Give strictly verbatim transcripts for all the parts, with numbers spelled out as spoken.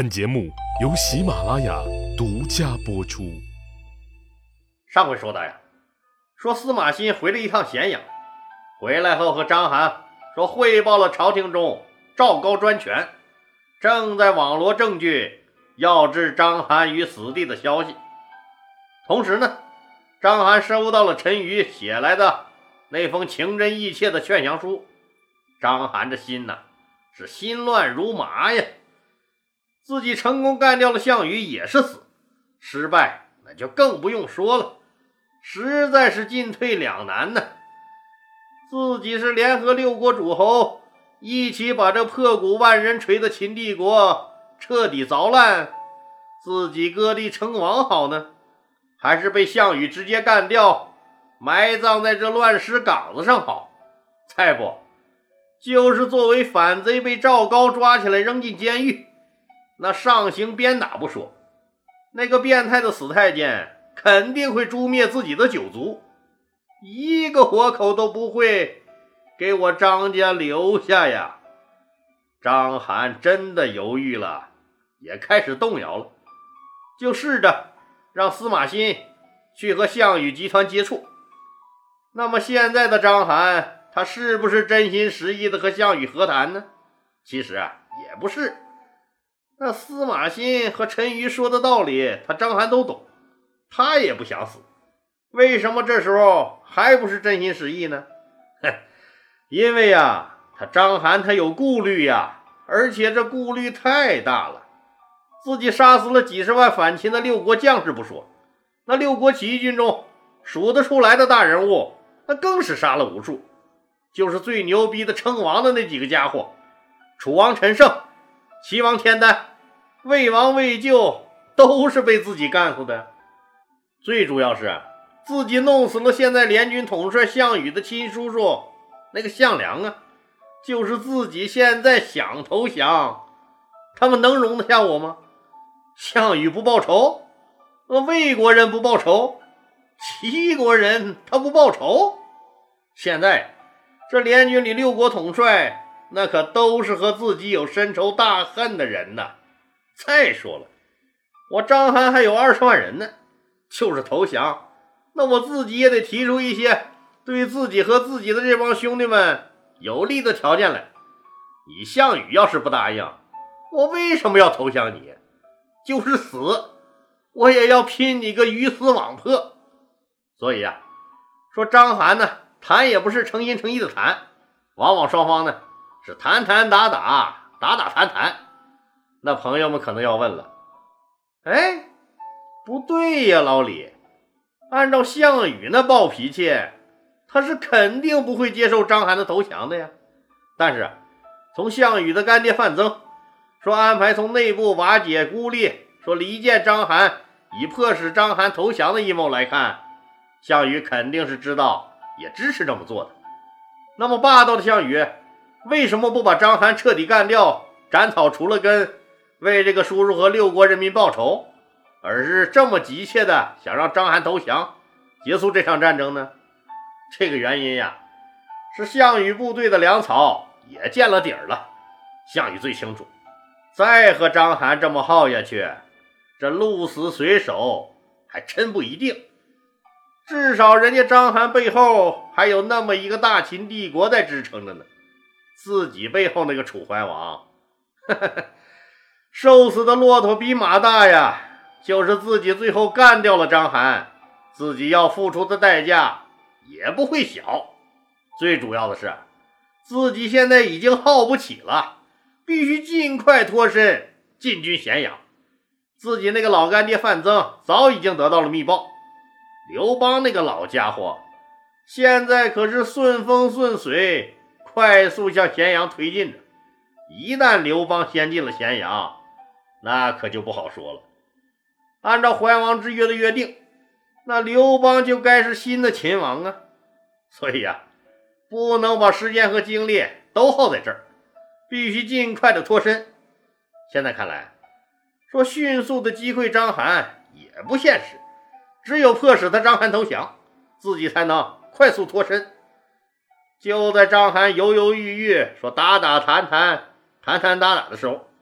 本节目由喜马拉雅独家播出。 上回说的呀，说司马欣回了一趟咸阳，回来后和章邯说汇报了朝廷中赵高专权，正在网罗证据要置章邯于死地的消息。同时呢，章邯收到了陈馀写来的那封情真意切的劝降书，章邯这心呐是心乱如麻呀。自己成功干掉了项羽也是死，失败那就更不用说了，实在是进退两难呢。自己是联合六国诸侯一起把这破鼓万人锤的秦帝国彻底凿烂，自己割地称王好呢，还是被项羽直接干掉，埋葬在这乱石岗子上好？再不就是作为反贼被赵高抓起来扔进监狱，那上刑鞭打不说，那个变态的死太监肯定会诛灭自己的九族，一个活口都不会给我张家留下呀。章邯真的犹豫了，也开始动摇了，就试着让司马欣去和项羽集团接触。那么现在的章邯，他是不是真心实意的和项羽和谈呢？其实啊，也不是。那司马欣和陈馀说的道理他章邯都懂，他也不想死，为什么这时候还不是真心实意呢？因为呀，他章邯他有顾虑呀，而且这顾虑太大了。自己杀死了几十万反秦的六国将士不说，那六国起义军中数得出来的大人物，那更是杀了无数，就是最牛逼的称王的那几个家伙，楚王陈胜、齐王田丹、魏王魏咎，都是被自己干死的。最主要是自己弄死了现在联军统帅项羽的亲叔叔那个项梁啊，就是自己现在想投降，他们能容得下我吗？项羽不报仇，魏国人不报仇，齐国人他不报仇。现在这联军里六国统帅那可都是和自己有深仇大恨的人呐。再说了，我章邯还有二十万人呢，就是投降，那我自己也得提出一些对自己和自己的这帮兄弟们有利的条件来。你项羽要是不答应，我为什么要投降你？就是死，我也要拼你个鱼死网破。所以啊，说章邯呢，谈也不是诚心诚意的谈，往往双方呢是谈谈打打，打打谈谈。那朋友们可能要问了，哎，不对呀，老李，按照项羽那暴脾气，他是肯定不会接受章邯的投降的呀。但是从项羽的干爹范增说安排从内部瓦解孤立，说离间章邯以迫使章邯投降的阴谋来看，项羽肯定是知道也支持这么做的。那么霸道的项羽为什么不把章邯彻底干掉，斩草除了根，为这个叔叔和六国人民报仇，而是这么急切的想让章邯投降，结束这场战争呢？这个原因呀，是项羽部队的粮草也见了底儿了，项羽最清楚，再和章邯这么耗下去，这鹿死谁手还真不一定。至少人家章邯背后还有那么一个大秦帝国在支撑着呢，自己背后那个楚怀王呵呵呵，瘦死的骆驼比马大呀，就是自己最后干掉了章邯，自己要付出的代价也不会小。最主要的是自己现在已经耗不起了，必须尽快脱身进军咸阳。自己那个老干爹范增早已经得到了密报，刘邦那个老家伙现在可是顺风顺水，快速向咸阳推进着。一旦刘邦先进了咸阳，那可就不好说了。按照怀王之约的约定，那刘邦就该是新的秦王啊。所以啊，不能把时间和精力都耗在这儿，必须尽快的脱身。现在看来，说迅速的击溃章邯也不现实，只有迫使他章邯投降，自己才能快速脱身。就在章邯犹犹豫豫说打打谈谈谈谈打打的时候，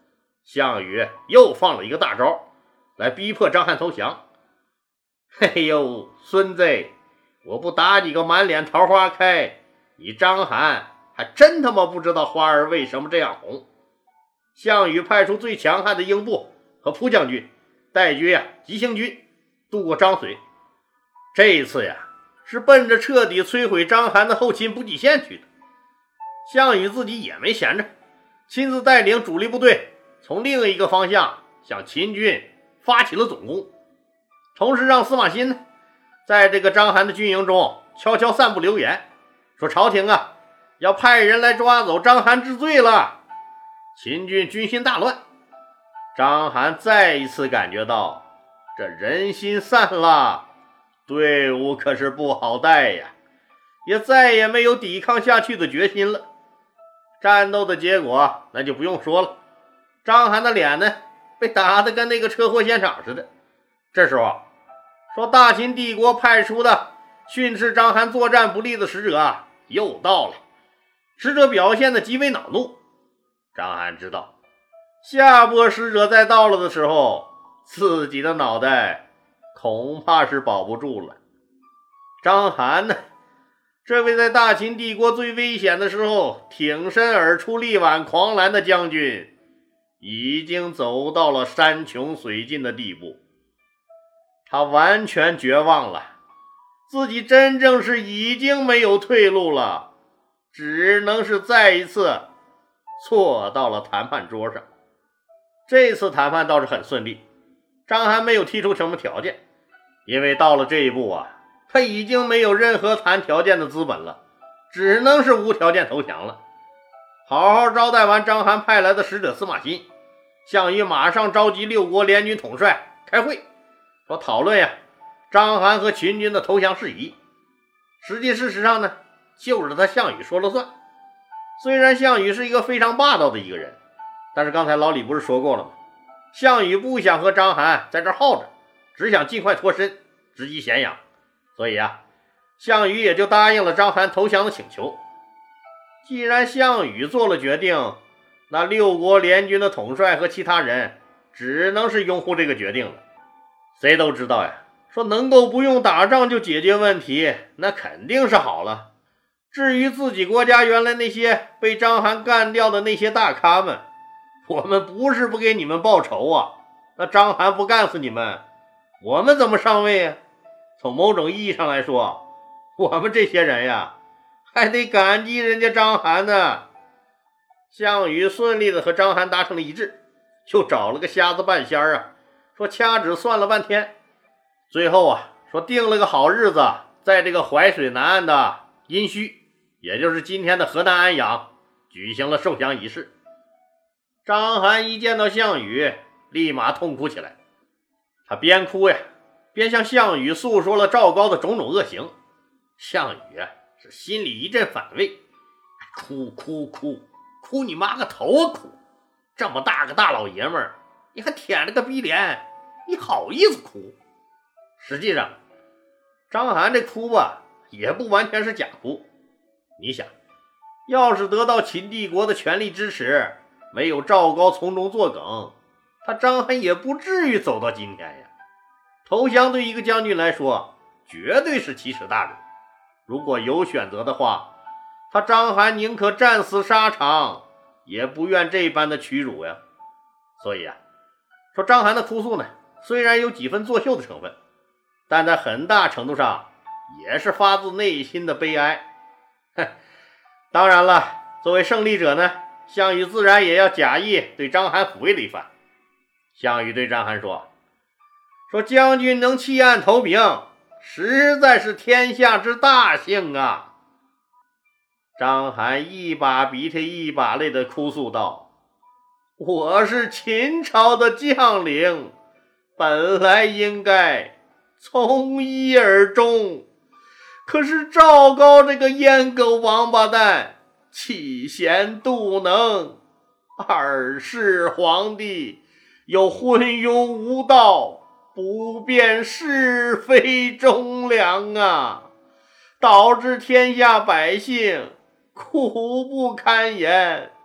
项羽又放了一个大招，来逼迫章邯投降。嘿呦，孙子，我不打你个满脸桃花开，你章邯还真他妈不知道花儿为什么这样红。项羽派出最强悍的英部和蒲将军带军呀、啊、急行军渡过漳水。这一次呀，是奔着彻底摧毁章邯的后勤补给线去的。项羽自己也没闲着，亲自带领主力部队从另一个方向向秦军发起了总攻，同时让司马欣呢，在这个章邯的军营中悄悄散布流言，说朝廷啊要派人来抓走章邯治罪了。秦军军心大乱，章邯再一次感觉到这人心散了，队伍可是不好带呀，也再也没有抵抗下去的决心了。战斗的结果那就不用说了，章邯的脸呢被打得跟那个车祸现场似的。这时候说大秦帝国派出的训斥章邯作战不利的使者啊又到了，使者表现得极为恼怒。章邯知道下波使者在到了的时候，自己的脑袋恐怕是保不住了。章邯呢，这位在大秦帝国最危险的时候挺身而出力挽狂澜的将军，已经走到了山穷水尽的地步。他完全绝望了，自己真正是已经没有退路了，只能是再一次坐到了谈判桌上。这次谈判倒是很顺利，章邯没有提出什么条件，因为到了这一步啊，他已经没有任何谈条件的资本了，只能是无条件投降了。好好招待完章邯派来的使者司马欣，项羽马上召集六国联军统帅开会，说讨论呀章邯和秦军的投降事宜。实际事实上呢，就是他项羽说了算。虽然项羽是一个非常霸道的一个人，但是刚才老李不是说过了吗？项羽不想和章邯在这耗着，只想尽快脱身，直击咸阳。所以啊，项羽也就答应了章邯投降的请求。既然项羽做了决定，那六国联军的统帅和其他人只能是拥护这个决定了。谁都知道呀，说能够不用打仗就解决问题，那肯定是好了。至于自己国家原来那些被章邯干掉的那些大咖们，我们不是不给你们报仇啊，那章邯不干死你们，我们怎么上位啊？从某种意义上来说，我们这些人呀还得感激人家章邯呢。项羽顺利的和章邯达成了一致，就找了个瞎子半仙啊，说掐指算了半天，最后啊说定了个好日子，在这个淮水南岸的殷墟，也就是今天的河南安阳，举行了受降仪式。章邯一见到项羽，立马痛哭起来，他边哭呀边向项羽诉说了赵高的种种恶行。项羽啊是心里一阵反胃，哭哭哭哭你妈个头啊哭！这么大个大老爷们儿，你还舔了个逼脸，你好意思哭？实际上章邯这哭吧也不完全是假哭。你想，要是得到秦帝国的全力支持，没有赵高从中作梗，他章邯也不至于走到今天呀。投降对一个将军来说绝对是奇耻大辱，如果有选择的话，他章邯宁可战死沙场，也不愿这般的屈辱呀。所以啊，说章邯的哭诉呢，虽然有几分作秀的成分，但在很大程度上也是发自内心的悲哀。当然了，作为胜利者呢，项羽自然也要假意对章邯抚慰了一番。项羽对章邯说说将军能弃暗投明，实在是天下之大幸啊。章邯一把鼻涕一把泪的哭诉道，我是秦朝的将领，本来应该从一而终，可是赵高这个阉狗王八蛋，弃贤妒能，二世皇帝又昏庸无道，不辨是非忠良啊，导致天下百姓苦不堪言，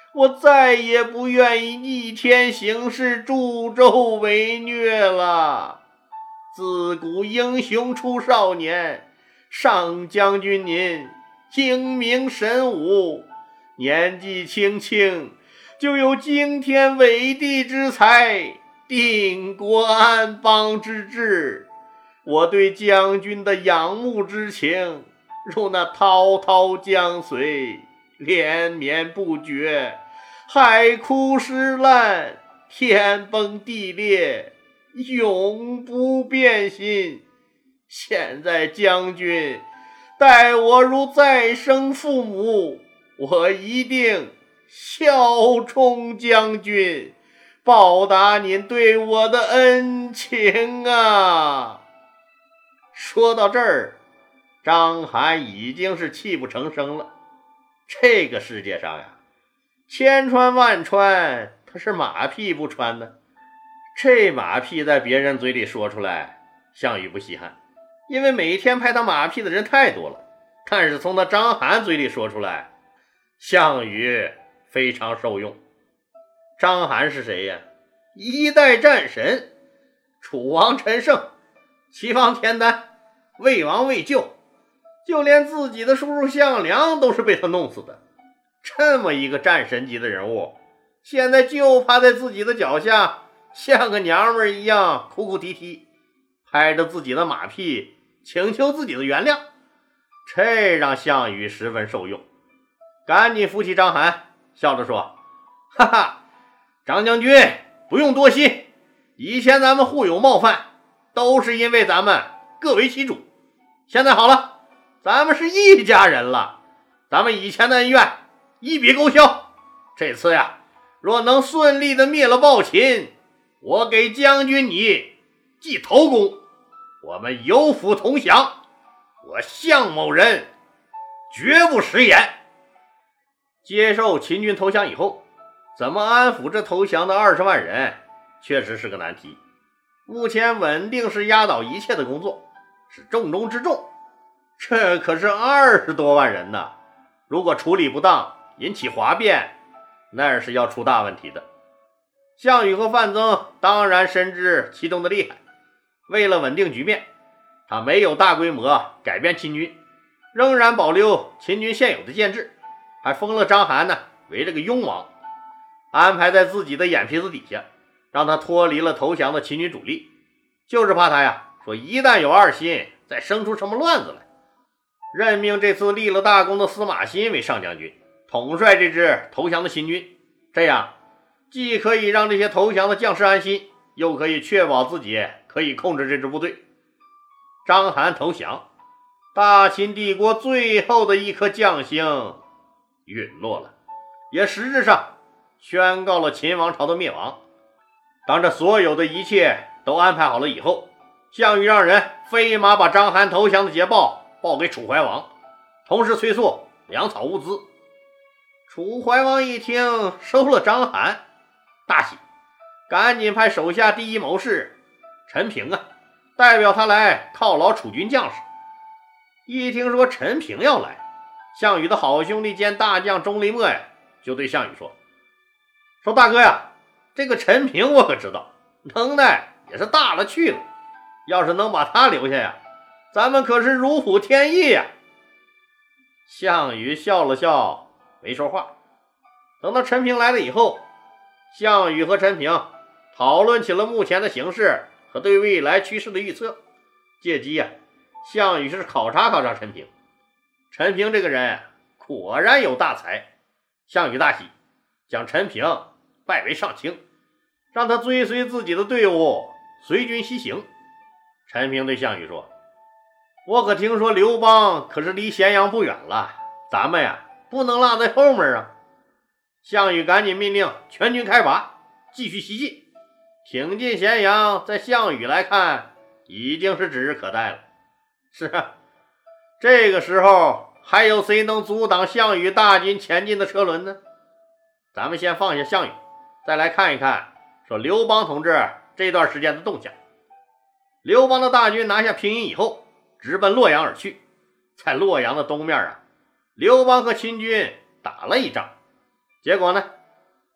我再也不愿意逆天行事，助纣为虐了。自古英雄出少年，上将军您英明神武，年纪轻轻就有惊天伟地之才，定国安邦之志。我对将军的仰慕之情，如那滔滔江水，连绵不绝，海枯石烂，天崩地裂，永不变心。现在将军待我如再生父母，我一定效忠将军，报答您对我的恩情啊！说到这儿，章邯已经是泣不成声了。这个世界上呀，千穿万穿，他是马屁不穿呢。这马屁在别人嘴里说出来，项羽不稀罕，因为每天拍他马屁的人太多了。但是从他章邯嘴里说出来，项羽非常受用。章邯是谁呀？一代战神，楚王陈胜，齐王田丹，魏王魏咎，就连自己的叔叔项梁都是被他弄死的。这么一个战神级的人物，现在就趴在自己的脚下，像个娘们一样哭哭啼啼，拍着自己的马屁，请求自己的原谅。这让项羽十分受用，赶紧扶起章邯，笑着说：哈哈，张将军不用多心，以前咱们互有冒犯，都是因为咱们各为其主。现在好了，咱们是一家人了，咱们以前的恩怨一笔勾销。这次呀，若能顺利的灭了暴秦，我给将军你记头功，我们有福同享。我项某人绝不食言。接受秦军投降以后，怎么安抚这投降的二十万人，确实是个难题。目前稳定是压倒一切的工作，是重中之重。这可是二十多万人呢，如果处理不当，引起哗变，那是要出大问题的。项羽和范增当然深知其中的厉害，为了稳定局面，他没有大规模改变秦军，仍然保留秦军现有的建制，还封了章邯呢为这个雍王，安排在自己的眼皮子底下，让他脱离了投降的秦军主力，就是怕他呀说一旦有二心，再生出什么乱子来。任命这次立了大功的司马欣为上将军，统帅这支投降的秦军，这样既可以让这些投降的将士安心，又可以确保自己可以控制这支部队。章邯投降，大秦帝国最后的一颗将星陨落了，也实质上宣告了秦王朝的灭亡。当这所有的一切都安排好了以后，项羽让人飞马把章邯投降的捷报报给楚怀王，同时催促粮草物资。楚怀王一听收了章邯，大喜，赶紧派手下第一谋士陈平啊代表他来犒劳楚军将士。一听说陈平要来，项羽的好兄弟兼大将钟离墨呀就对项羽说说大哥呀，这个陈平我可知道，能耐也是大了去了，要是能把他留下呀，咱们可是如虎添翼呀。项羽笑了笑没说话。等到陈平来了以后，项羽和陈平讨论起了目前的形势和对未来趋势的预测。借机呀、啊，项羽是考察考察陈平。陈平这个人果然有大才，项羽大喜，将陈平拜为上卿，让他追随自己的队伍随军西行。陈平对项羽说：我可听说刘邦可是离咸阳不远了，咱们呀不能落在后面啊。项羽赶紧命令全军开拔，继续西进。挺进咸阳，在项羽来看已经是指日可待了。是啊，这个时候还有谁能阻挡项羽大军前进的车轮呢？咱们先放下项羽，再来看一看说刘邦同志这段时间的动向。刘邦的大军拿下平阴以后，直奔洛阳而去。在洛阳的东面啊，刘邦和秦军打了一仗，结果呢，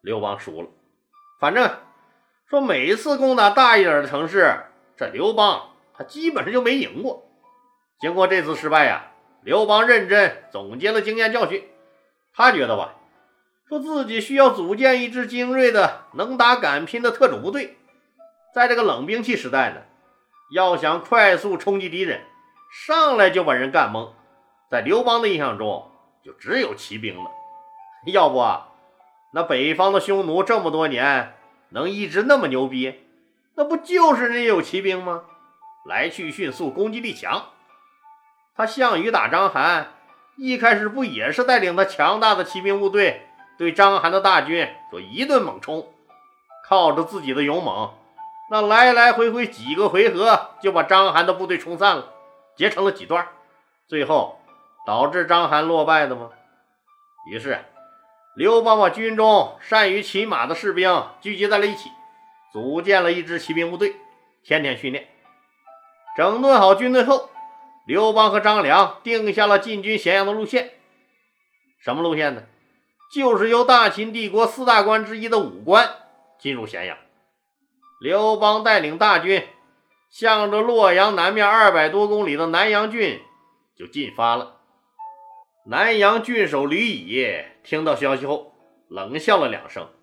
刘邦输了。反正说每次攻打大一点的城市，这刘邦他基本上就没赢过。经过这次失败呀，刘邦认真总结了经验教训，他觉得吧，说自己需要组建一支精锐的能打敢拼的特种部队。在这个冷兵器时代呢，要想快速冲击敌人，上来就把人干懵，在刘邦的印象中就只有骑兵了。要不啊，那北方的匈奴这么多年能一直那么牛逼，那不就是人家有骑兵吗？来去迅速，攻击力强。他项羽打章邯，一开始不也是带领他强大的骑兵部队对章邯的大军说一顿猛冲，靠着自己的勇猛，那来来回回几个回合就把章邯的部队冲散了，截成了几段，最后导致章邯落败的吗？于是刘邦把军中善于骑马的士兵聚集在了一起，组建了一支骑兵部队，天天训练。整顿好军队后，刘邦和张良定下了进军咸阳的路线。什么路线呢？就是由大秦帝国四大关之一的武关进入咸阳。刘邦带领大军向着洛阳南面二百多公里的南阳郡就进发了。南阳郡守吕乙听到消息后冷笑了两声，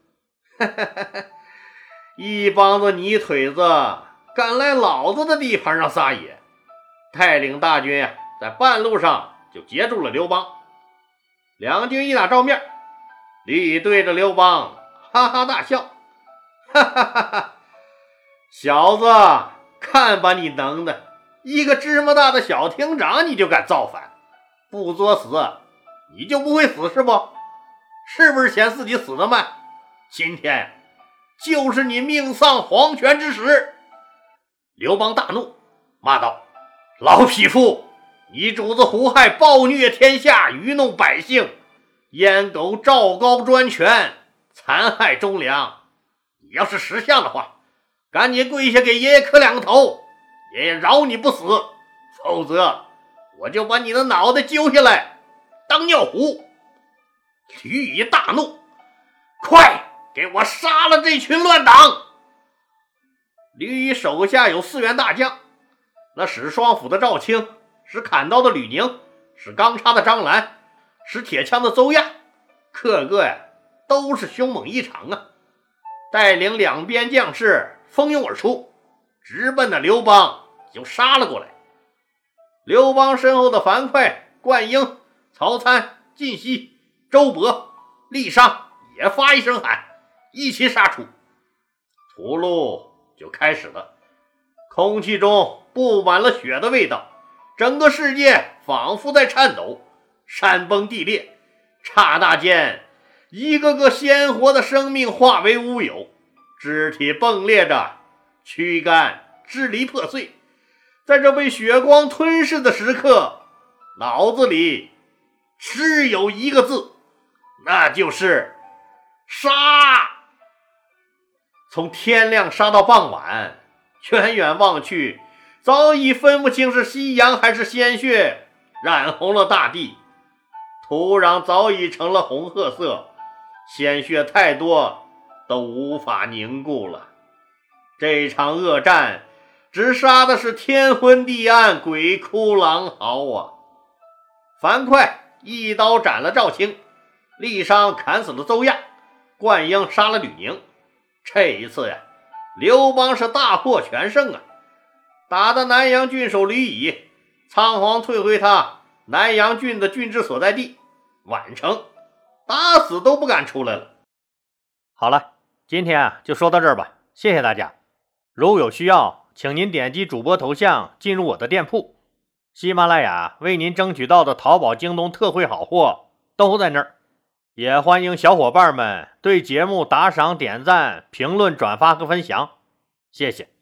一帮子泥腿子敢来老子的地盘上撒野，带领大军啊，在半路上就截住了刘邦。两军一打照面，吕乙对着刘邦哈哈大笑，哈哈哈哈，小子，看把你能的，一个芝麻大的小厅长你就敢造反，不作死你就不会死是不？是不是嫌自己死得慢？今天就是你命丧黄泉之时。刘邦大怒，骂道：老匹夫，你主子胡亥暴虐天下，愚弄百姓，阉狗赵高专权，残害忠良。你要是识相的话，赶紧跪下给爷爷磕两个头，爷爷饶你不死，否则我就把你的脑袋揪下来当尿壶。吕乙大怒，快给我杀了这群乱党！吕乙手下有四员大将，那使双斧的赵青，使砍刀的吕宁，使钢叉的张兰，使铁枪的邹亚，个个呀都是凶猛异常啊！带领两边将士蜂拥而出，直奔那刘邦就杀了过来。刘邦身后的樊哙、灌婴、曹参、靳西、周勃、郦商也发一声喊，一起杀出。屠戮就开始了，空气中布满了血的味道，整个世界仿佛在颤抖，山崩地裂，刹那间一个个鲜活的生命化为乌有，肢体崩裂着，躯干支离破碎。在这被血光吞噬的时刻，脑子里只有一个字，那就是杀。从天亮杀到傍晚，远远望去，早已分不清是夕阳还是鲜血染红了大地。土壤早已成了红褐色，鲜血太多都无法凝固了。这场恶战只杀的是天昏地暗，鬼哭狼嚎啊！樊哙一刀斩了赵青，郦商砍死了邹亚，灌婴杀了吕宁。这一次呀，刘邦是大获全胜啊！打的南阳郡守吕乙仓皇退回他南阳郡的郡治所在地宛城，打死都不敢出来了。好了，今天啊就说到这儿吧，谢谢大家。如有需要，请您点击主播头像进入我的店铺，喜马拉雅为您争取到的淘宝、京东特惠好货都在那儿。也欢迎小伙伴们对节目打赏、点赞、评论、转发和分享，谢谢。